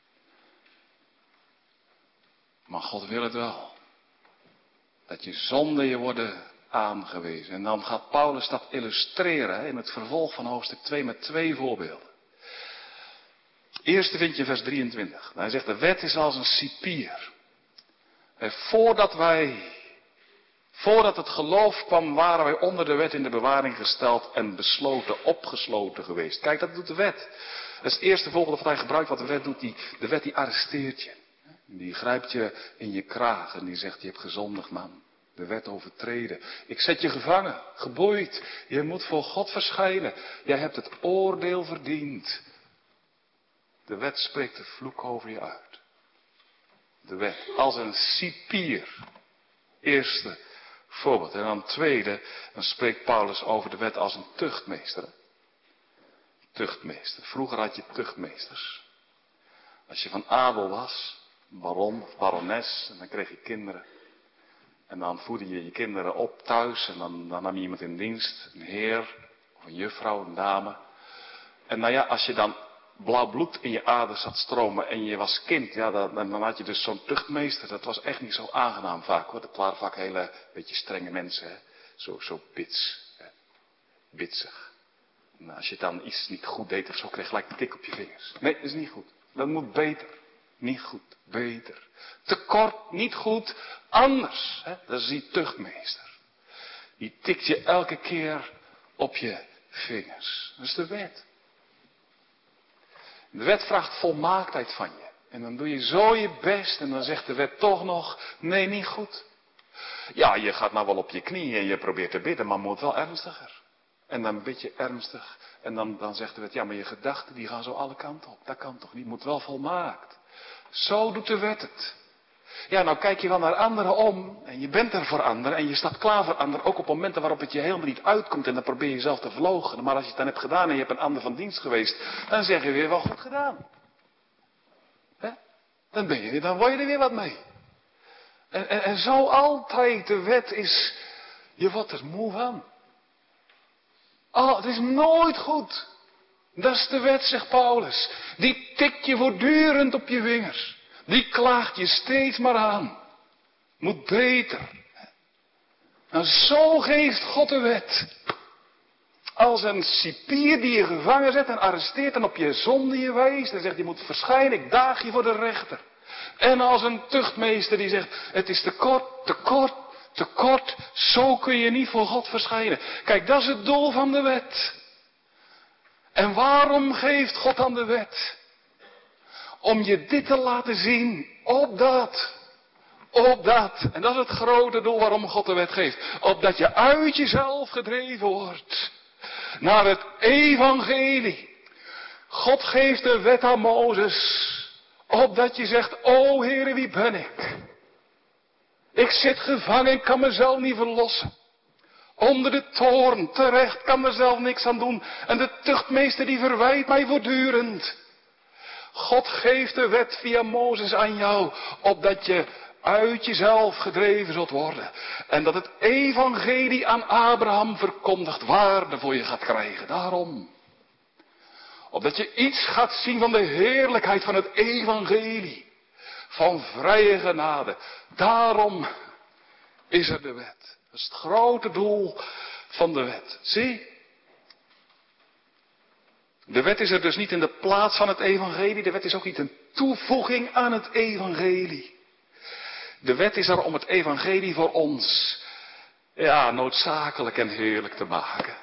Maar God wil het wel. Dat je zonde je worden aangewezen. En dan gaat Paulus dat illustreren in het vervolg van hoofdstuk twee met twee voorbeelden. Eerste vind je in vers drieëntwintig. Hij zegt, de wet is als een cipier. En voordat wij, voordat het geloof kwam, waren wij onder de wet in de bewaring gesteld en besloten, opgesloten geweest. Kijk, dat doet de wet. Dat is het eerste voorbeeld dat hij gebruikt wat de wet doet. Die, de wet die arresteert je. Die grijpt je in je kraag en die zegt, je hebt gezondigd man. De wet overtreden. Ik zet je gevangen, geboeid. Je moet voor God verschijnen. Jij hebt het oordeel verdiend. De wet spreekt de vloek over je uit. De wet als een cipier. Eerste voorbeeld. En dan tweede, dan spreekt Paulus over de wet als een tuchtmeester. Tuchtmeester. Vroeger had je tuchtmeesters. Als je van adel was, baron of barones, en dan kreeg je kinderen. En dan voedde je je kinderen op thuis en dan, dan nam je iemand in dienst, een heer of een juffrouw, een dame. En nou ja, als je dan blauw bloed in je aders had stromen en je was kind, ja, dan, dan had je dus zo'n tuchtmeester. Dat was echt niet zo aangenaam vaak hoor. Dat waren vaak hele, beetje strenge mensen, hè. Zo, zo bits, hè. Bitsig. En als je dan iets niet goed deed of zo, kreeg je gelijk een tik op je vingers. Nee, dat is niet goed. Dat moet beter. Niet goed, beter. Tekort, niet goed, anders. Hè? Dat is die tuchtmeester. Die tikt je elke keer op je vingers. Dat is de wet. De wet vraagt volmaaktheid van je. En dan doe je zo je best en dan zegt de wet toch nog, nee, niet goed. Ja, je gaat nou wel op je knieën en je probeert te bidden, maar moet wel ernstiger. En dan bid je ernstig en dan, dan zegt de wet, ja, maar je gedachten die gaan zo alle kanten op. Dat kan toch niet, moet wel volmaakt. Zo doet de wet het. Ja, nou kijk je wel naar anderen om en je bent er voor anderen en je staat klaar voor anderen. Ook op momenten waarop het je helemaal niet uitkomt en dan probeer je jezelf te verloochenen. Maar als je het dan hebt gedaan en je hebt een ander van dienst geweest, dan zeg je weer wel goed gedaan. He? Dan ben je weer, dan word je er weer wat mee. En, en, en zo altijd, de wet is, je wordt er moe van. Oh, het is nooit goed. Dat is de wet, zegt Paulus. Die tikt je voortdurend op je vingers. Die klaagt je steeds maar aan. Moet beter. Nou, zo geeft God de wet. Als een cipier die je gevangen zet en arresteert en op je zonde je wijst. En zegt, je moet verschijnen, ik daag je voor de rechter. En als een tuchtmeester die zegt, het is te kort, te kort, te kort. Zo kun je niet voor God verschijnen. Kijk, dat is het doel van de wet. En waarom geeft God dan de wet? Om je dit te laten zien, opdat, Opdat, en dat is het grote doel waarom God de wet geeft. Opdat je uit jezelf gedreven wordt. Naar het evangelie. God geeft de wet aan Mozes. Opdat je zegt, o Heere, wie ben ik? Ik zit gevangen, ik kan mezelf niet verlossen. Onder de toorn, terecht, kan mezelf niks aan doen. En de tuchtmeester die verwijt mij voortdurend. God geeft de wet via Mozes aan jou, opdat je uit jezelf gedreven zult worden. En dat het evangelie aan Abraham verkondigd waarde voor je gaat krijgen. Daarom. Opdat je iets gaat zien van de heerlijkheid van het evangelie. Van vrije genade. Daarom is er de wet. Dat is het grote doel van de wet. Zie? De wet is er dus niet in de plaats van het evangelie. De wet is ook niet een toevoeging aan het evangelie. De wet is er om het evangelie voor ons, ja, noodzakelijk en heerlijk te maken.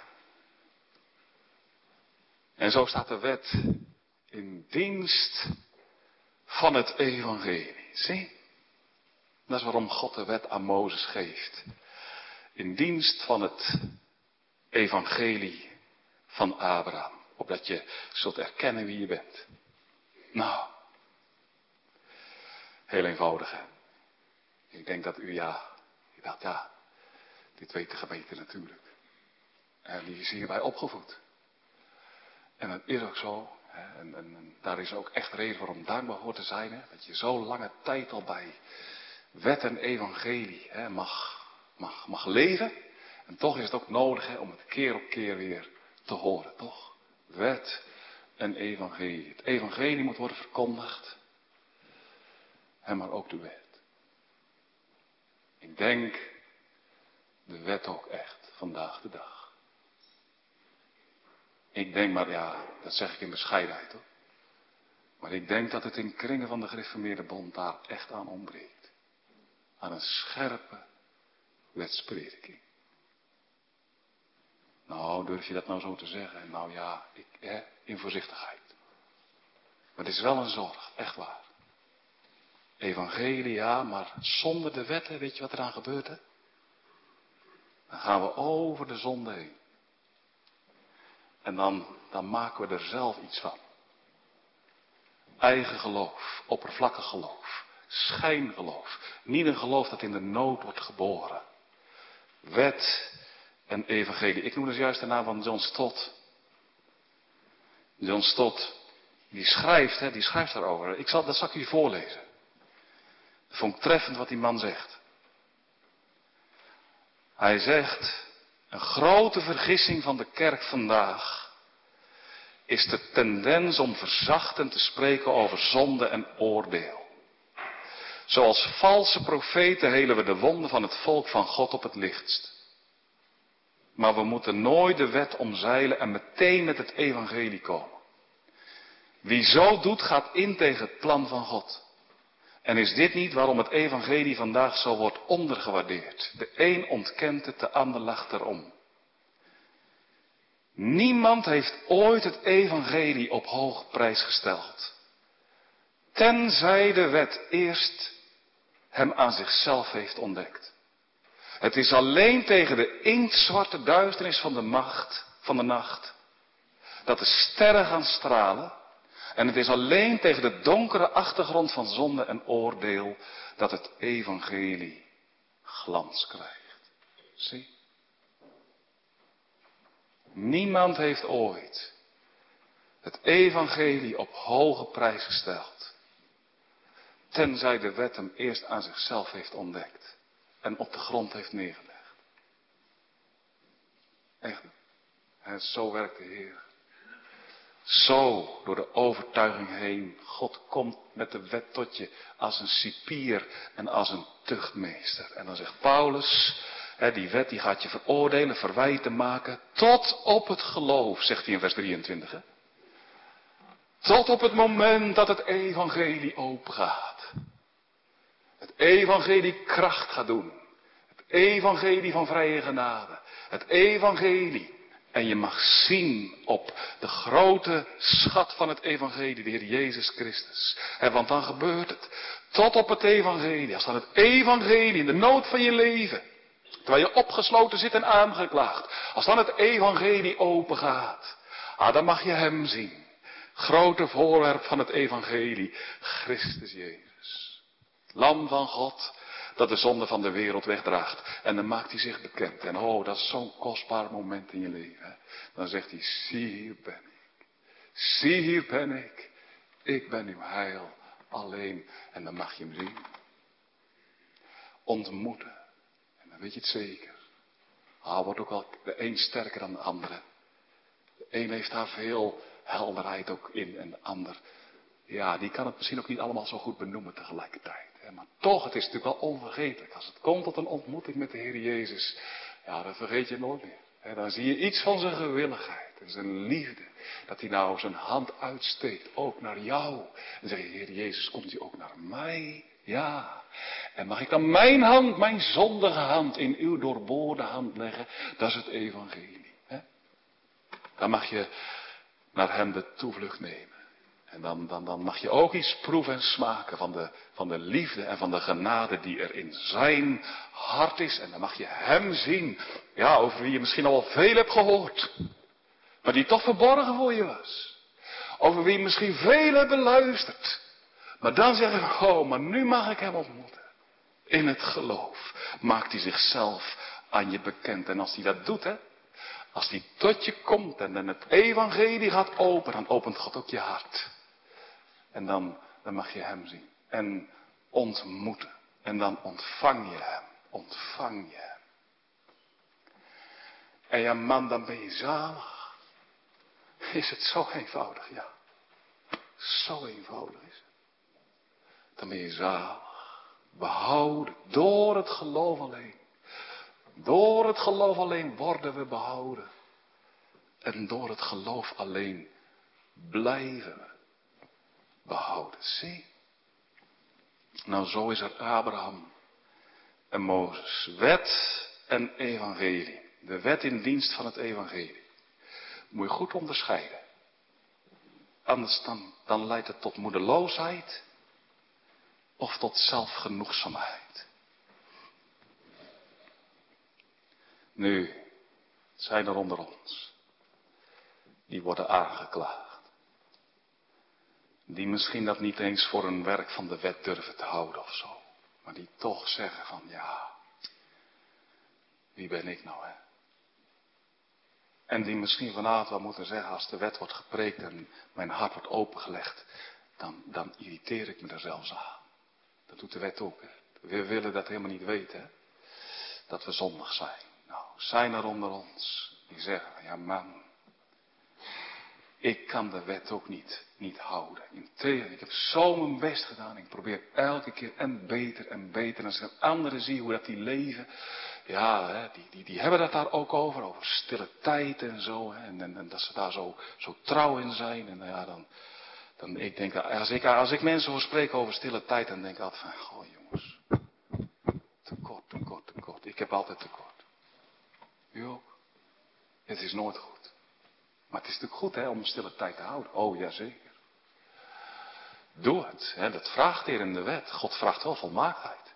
En zo staat de wet in dienst van het evangelie. Zie? Dat is waarom God de wet aan Mozes geeft. In dienst van het evangelie van Abraham. Opdat je zult erkennen wie je bent. Nou, heel eenvoudig hè. Ik denk dat u ja, ik dacht ja, dit weet de gemeente natuurlijk. En die is hierbij opgevoed. En dat is ook zo. Hè? En, en, en daar is ook echt reden voor om dankbaar voor te zijn. Hè? Dat je zo lange tijd al bij wet en evangelie hè, mag, mag, mag leven. En toch is het ook nodig hè, om het keer op keer weer te horen, toch? Wet en evangelie. Het evangelie moet worden verkondigd. En maar ook de wet. Ik denk de wet ook echt vandaag de dag. Ik denk maar, ja, dat zeg ik in bescheidenheid hoor. Maar ik denk dat het in kringen van de gereformeerde bond daar echt aan ontbreekt. Aan een scherpe wetsprediking. Nou, durf je dat nou zo te zeggen? Nou ja, ik, hè, in voorzichtigheid. Maar het is wel een zorg, echt waar. Evangelie, ja, maar zonder de wetten, weet je wat er aan gebeurt, hè? Dan gaan we over de zonde heen. En dan, dan maken we er zelf iets van. Eigen geloof, oppervlakkig geloof, schijngeloof. Niet een geloof dat in de nood wordt geboren. Wet en evangelie. Ik noem dus juist de naam van John Stott. John Stott, die schrijft, hè, die schrijft daarover. Ik zal, dat zal ik u voorlezen. Dat vond ik treffend wat die man zegt. Hij zegt, een grote vergissing van de kerk vandaag is de tendens om verzachtend te spreken over zonde en oordeel. Zoals valse profeten helen we de wonden van het volk van God op het lichtst. Maar we moeten nooit de wet omzeilen en meteen met het evangelie komen. Wie zo doet gaat in tegen het plan van God. En is dit niet waarom het evangelie vandaag zo wordt ondergewaardeerd? De een ontkent het, de ander lacht erom. Niemand heeft ooit het evangelie op hoge prijs gesteld. Tenzij de wet eerst hem aan zichzelf heeft ontdekt. Het is alleen tegen de inktzwarte duisternis van de macht, van de nacht, dat de sterren gaan stralen. En het is alleen tegen de donkere achtergrond van zonde en oordeel dat het evangelie glans krijgt. Zie? Niemand heeft ooit het evangelie op hoge prijs gesteld. Tenzij de wet hem eerst aan zichzelf heeft ontdekt. En op de grond heeft neergelegd. Echt. En zo werkt de Heer. Zo door de overtuiging heen. God komt met de wet tot je als een cipier en als een tuchtmeester. En dan zegt Paulus, hè, die wet die gaat je veroordelen, verwijten maken. Tot op het geloof, zegt hij in vers drieëntwintig. Hè? Tot op het moment dat het evangelie opengaat. Het evangelie kracht gaat doen. Het evangelie van vrije genade. Het evangelie En je mag zien op de grote schat van het evangelie, de Heer Jezus Christus. En want dan gebeurt het. Tot op het evangelie. Als dan het evangelie in de nood van je leven. Terwijl je opgesloten zit en aangeklaagd. Als dan het evangelie open gaat. Ah, dan mag je hem zien. Grote voorwerp van het evangelie. Christus Jezus. Lam van God. Dat de zonde van de wereld wegdraagt. En dan maakt hij zich bekend. En oh, dat is zo'n kostbaar moment in je leven. Hè? Dan zegt hij, zie hier ben ik. Zie hier ben ik. Ik ben uw heil alleen. En dan mag je hem zien. Ontmoeten. En dan weet je het zeker. Ah, wordt ook wel de een sterker dan de andere. De een heeft daar veel helderheid ook in. En de ander, ja, die kan het misschien ook niet allemaal zo goed benoemen tegelijkertijd. Maar toch, het is natuurlijk wel onvergetelijk. Als het komt tot een ontmoeting met de Heer Jezus, ja, dan vergeet je het nooit meer. Dan zie je iets van zijn gewilligheid en zijn liefde. Dat hij nou zijn hand uitsteekt, ook naar jou. En zeg je, Heer Jezus, komt u ook naar mij? Ja. En mag ik dan mijn hand, mijn zondige hand, in uw doorboorde hand leggen? Dat is het evangelie. Hè? Dan mag je naar hem de toevlucht nemen. En dan, dan, dan mag je ook iets proeven en smaken van de, van de liefde en van de genade die er in zijn hart is. En dan mag je hem zien, ja, over wie je misschien al wel veel hebt gehoord. Maar die toch verborgen voor je was. Over wie je misschien veel hebt beluisterd. Maar dan zeg ik, oh, maar nu mag ik hem ontmoeten. In het geloof maakt hij zichzelf aan je bekend. En als hij dat doet, hè. Als hij tot je komt en dan het evangelie gaat open, dan opent God ook je hart. En dan, dan mag je hem zien. En ontmoeten. En dan ontvang je hem. Ontvang je hem. En ja man, dan ben je zalig. Is het zo eenvoudig? Ja. Zo eenvoudig is het. Dan ben je zalig. Behouden. Door het geloof alleen. Door het geloof alleen worden we behouden. En door het geloof alleen blijven we behouden. Zie. Nou, zo is er Abraham en Mozes. Wet en evangelie. De wet in dienst van het evangelie. Moet je goed onderscheiden. Anders dan, dan leidt het tot moedeloosheid. Of tot zelfgenoegzaamheid. Nu, zijn er onder ons. Die worden aangeklaagd. Die misschien dat niet eens voor een werk van de wet durven te houden of zo. Maar die toch zeggen van ja, wie ben ik nou hè? En die misschien vanavond wel moeten zeggen als de wet wordt gepreekt en mijn hart wordt opengelegd. Dan, dan irriteer ik me er zelfs aan. Dat doet de wet ook. Hè? We willen dat helemaal niet weten. Hè? Dat we zondig zijn. Nou, zijn er onder ons die zeggen, ja man, ik kan de wet ook niet, niet houden. Integendeel, ik heb zo mijn best gedaan. Ik probeer elke keer en beter en beter. En als ik anderen zie hoe dat die leven, ja, hè, die, die, die hebben dat daar ook over. Over stille tijd en zo. Hè, en, en, en dat ze daar zo, zo trouw in zijn. En ja, dan, dan ik denk, als ik, als ik mensen hoor spreken over stille tijd, dan denk ik altijd van, goh jongens, tekort, tekort, tekort. Ik heb altijd tekort. U ook? Het is nooit goed. Maar het is natuurlijk goed hè, om een stille tijd te houden. Oh, jazeker. Doe het. Hè, dat vraagt hier in de wet. God vraagt wel volmaaktheid.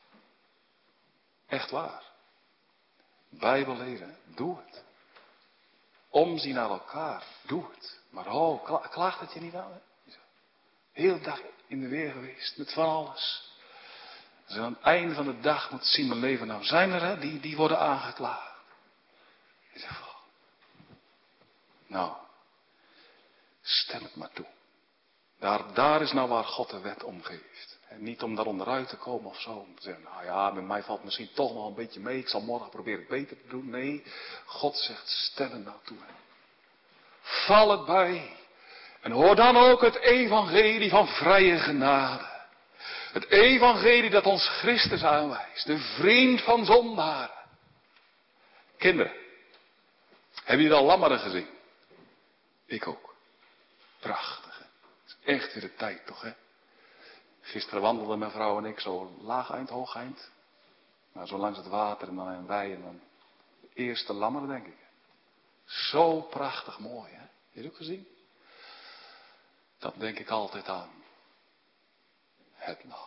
Echt waar. Bijbel lezen. Doe het. Omzien naar elkaar. Doe het. Maar oh, kla- klaagt het je niet aan? Hè? Heel de dag in de weer geweest. Met van alles. Als je aan het einde van de dag moet zien mijn leven. Nou zijn er hè, die, die worden aangeklaagd. Je zegt van. Nou, stem het maar toe. Daar, daar is nou waar God de wet om geeft. En niet om daar onderuit te komen of zo. Om te zeggen, nou ja, bij mij valt het misschien toch nog een beetje mee. Ik zal morgen proberen het beter te doen. Nee, God zegt, stem het nou toe. Val het bij. En hoor dan ook het evangelie van vrije genade. Het evangelie dat ons Christus aanwijst. De vriend van zondaren. Kinderen, hebben jullie al lammeren gezien? Ik ook. Prachtig, hè? Het is echt weer de tijd, toch, hè? Gisteren wandelden mijn vrouw en ik zo laag eind, hoog eind. Nou, zo langs het water en dan en wij en dan de eerste lammer, denk ik. Zo prachtig mooi, hè? Heb je het ook gezien? Dan denk ik altijd aan het lam.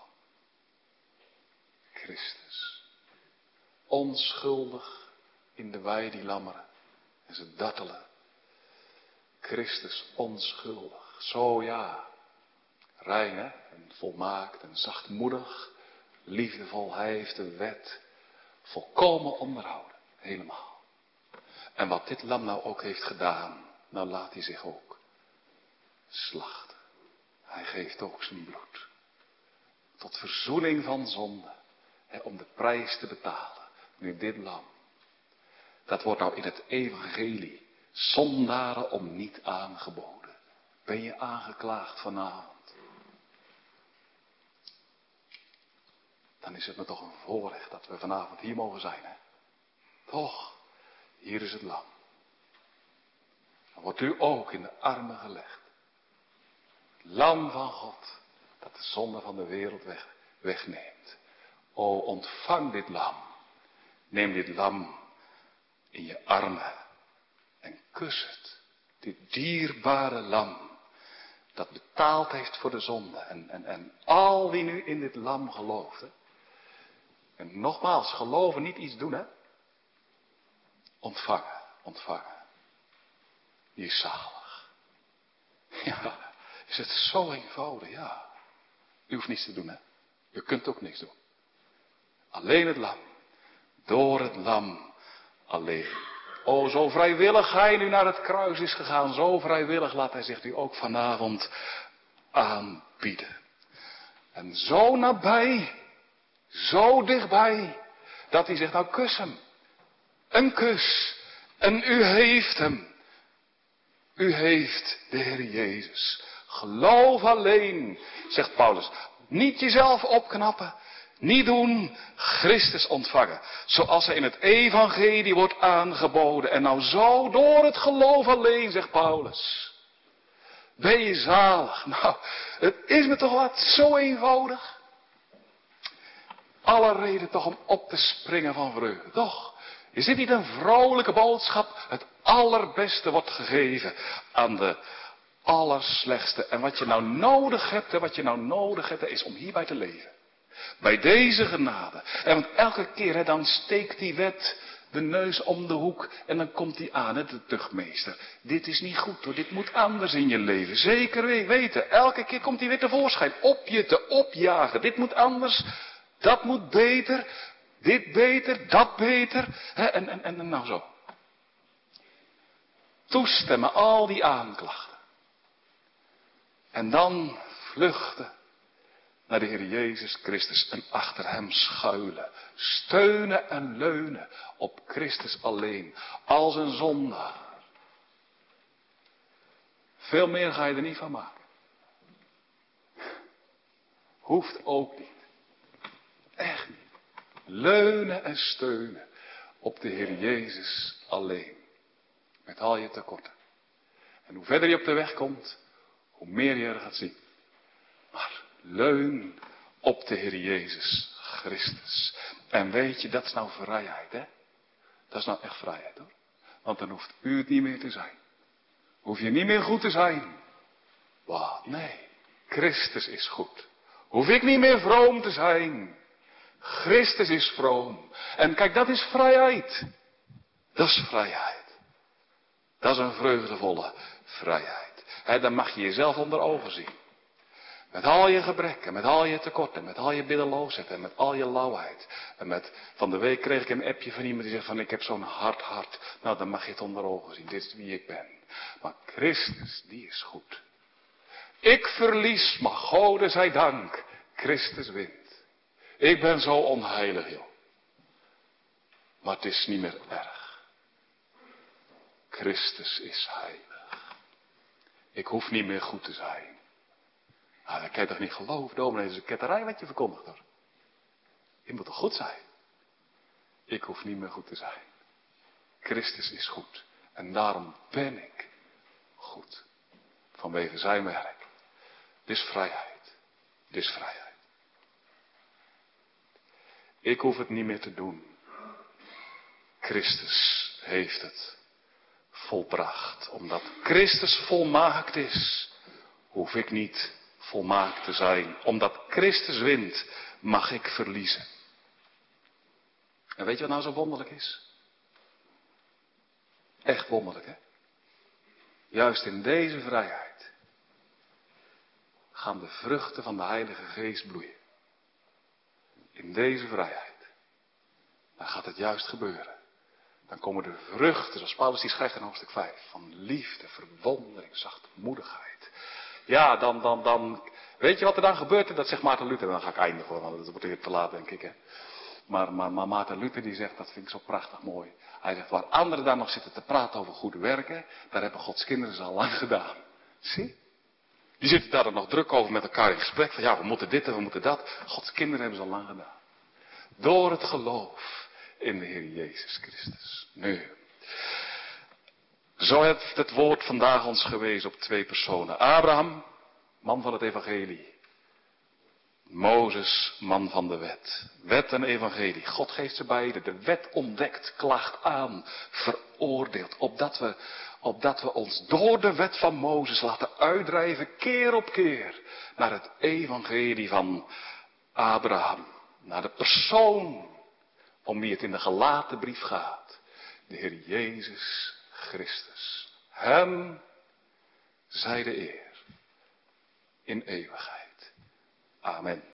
Christus. Onschuldig in de wei die lammeren. En ze dartelen. Christus onschuldig. Zo ja. Rein, hè? En volmaakt en zachtmoedig. Liefdevol. Hij heeft de wet volkomen onderhouden. Helemaal. En wat dit lam nou ook heeft gedaan. Nou laat hij zich ook slachten. Hij geeft ook zijn bloed. Tot verzoening van zonde. Hè, om de prijs te betalen. Nu dit lam. Dat wordt nou in het evangelie. Zondaren om niet aangeboden. Ben je aangeklaagd vanavond? Dan is het me toch een voorrecht dat we vanavond hier mogen zijn. Hè? Toch, hier is het lam. Dan wordt u ook in de armen gelegd. Het lam van God. Dat de zonde van de wereld weg, wegneemt. O, ontvang dit lam. Neem dit lam in je armen. En kus het. Dit dierbare lam. Dat betaald heeft voor de zonde. En, en, en al wie nu in dit lam gelooft. Hè? En nogmaals, geloven niet iets doen, hè. Ontvangen, ontvangen. Die is zalig. Ja, is het zo eenvoudig, ja. U hoeft niets te doen, hè. U kunt ook niks doen. Alleen het lam. Door het lam alleen. O, zo vrijwillig hij nu naar het kruis is gegaan. Zo vrijwillig laat hij zich nu ook vanavond aanbieden. En zo nabij. Zo dichtbij. Dat hij zegt, nou kus hem. Een kus. En u heeft hem. U heeft de Heer Jezus. Geloof alleen, zegt Paulus. Niet jezelf opknappen. Niet doen, Christus ontvangen. Zoals hij in het evangelie wordt aangeboden. En nou zo door het geloof alleen, zegt Paulus. Ben je zalig? Nou, het is me toch wat zo eenvoudig. Alle reden toch om op te springen van vreugde, toch? Is dit niet een vrolijke boodschap? Het allerbeste wordt gegeven aan de allerslechtste. En wat je nou nodig hebt, en wat je nou nodig hebt, is om hierbij te leven. Bij deze genade. En want elke keer, hè, dan steekt die wet de neus om de hoek en dan komt die aan, hè, de tuchtmeester. Dit is niet goed hoor, dit moet anders in je leven. Zeker weten, elke keer komt die weer tevoorschijn. Op je te opjagen, dit moet anders, dat moet beter, dit beter, dat beter. Hè, en, en, en nou zo. Toestemmen, al die aanklachten. En dan vluchten naar de Heer Jezus Christus en achter hem schuilen. Steunen en leunen op Christus alleen. Als een zondaar. Veel meer ga je er niet van maken. Hoeft ook niet. Echt niet. Leunen en steunen op de Heer Jezus alleen. Met al je tekorten. En hoe verder je op de weg komt, hoe meer je er gaat zien. Maar leun op de Heer Jezus Christus. En weet je, dat is nou vrijheid, hè? Dat is nou echt vrijheid, hoor. Want dan hoeft u het niet meer te zijn. Hoef je niet meer goed te zijn. Wat? Nee. Christus is goed. Hoef ik niet meer vroom te zijn. Christus is vroom. En kijk, dat is vrijheid. Dat is vrijheid. Dat is een vreugdevolle vrijheid. He, dan mag je jezelf onder ogen zien. Met al je gebreken, met al je tekorten, met al je biddeloosheid en met al je lauwheid. En met, van de week kreeg ik een appje van iemand die zegt van ik heb zo'n hard hart. Nou, dan mag je het onder ogen zien. Dit is wie ik ben. Maar Christus, die is goed. Ik verlies, maar Gode zij dank. Christus wint. Ik ben zo onheilig, joh. Maar het is niet meer erg. Christus is heilig. Ik hoef niet meer goed te zijn. Nou, dat kan je toch niet geloven, dominee, dat is een ketterij wat je verkondigt, hoor. Je moet toch goed zijn? Ik hoef niet meer goed te zijn. Christus is goed. En daarom ben ik goed. Vanwege zijn werk. Dit is vrijheid. Dit is vrijheid. Ik hoef het niet meer te doen. Christus heeft het volbracht. Omdat Christus volmaakt is, hoef ik niet volmaakt te zijn. Omdat Christus wint, mag ik verliezen. En weet je wat nou zo wonderlijk is? Echt wonderlijk, hè? Juist in deze vrijheid gaan de vruchten van de Heilige Geest bloeien. In deze vrijheid. Dan gaat het juist gebeuren. Dan komen de vruchten, zoals Paulus die schrijft in hoofdstuk vijf, van liefde, verwondering, zachtmoedigheid. Ja, dan, dan, dan, weet je wat er dan gebeurt? En dat zegt Maarten Luther, en dan ga ik eindigen, want dat wordt weer te laat, denk ik, hè. Maar, maar, maar Maarten Luther die zegt, dat vind ik zo prachtig mooi. Hij zegt, waar anderen dan nog zitten te praten over goede werken, daar hebben Gods kinderen ze al lang gedaan. Zie? Die zitten daar dan nog druk over met elkaar in gesprek, van ja, we moeten dit en we moeten dat. Gods kinderen hebben ze al lang gedaan. Door het geloof in de Heer Jezus Christus. Nu. Zo heeft het woord vandaag ons gewezen op twee personen. Abraham, man van het evangelie. Mozes, man van de wet. Wet en evangelie. God geeft ze beide. De wet ontdekt, klaagt aan, veroordeelt. Opdat we, opdat we ons door de wet van Mozes laten uitdrijven, keer op keer, naar het evangelie van Abraham. Naar de persoon om wie het in de gelaten brief gaat. De Heer Jezus Christus. Hem zij de eer in eeuwigheid. Amen.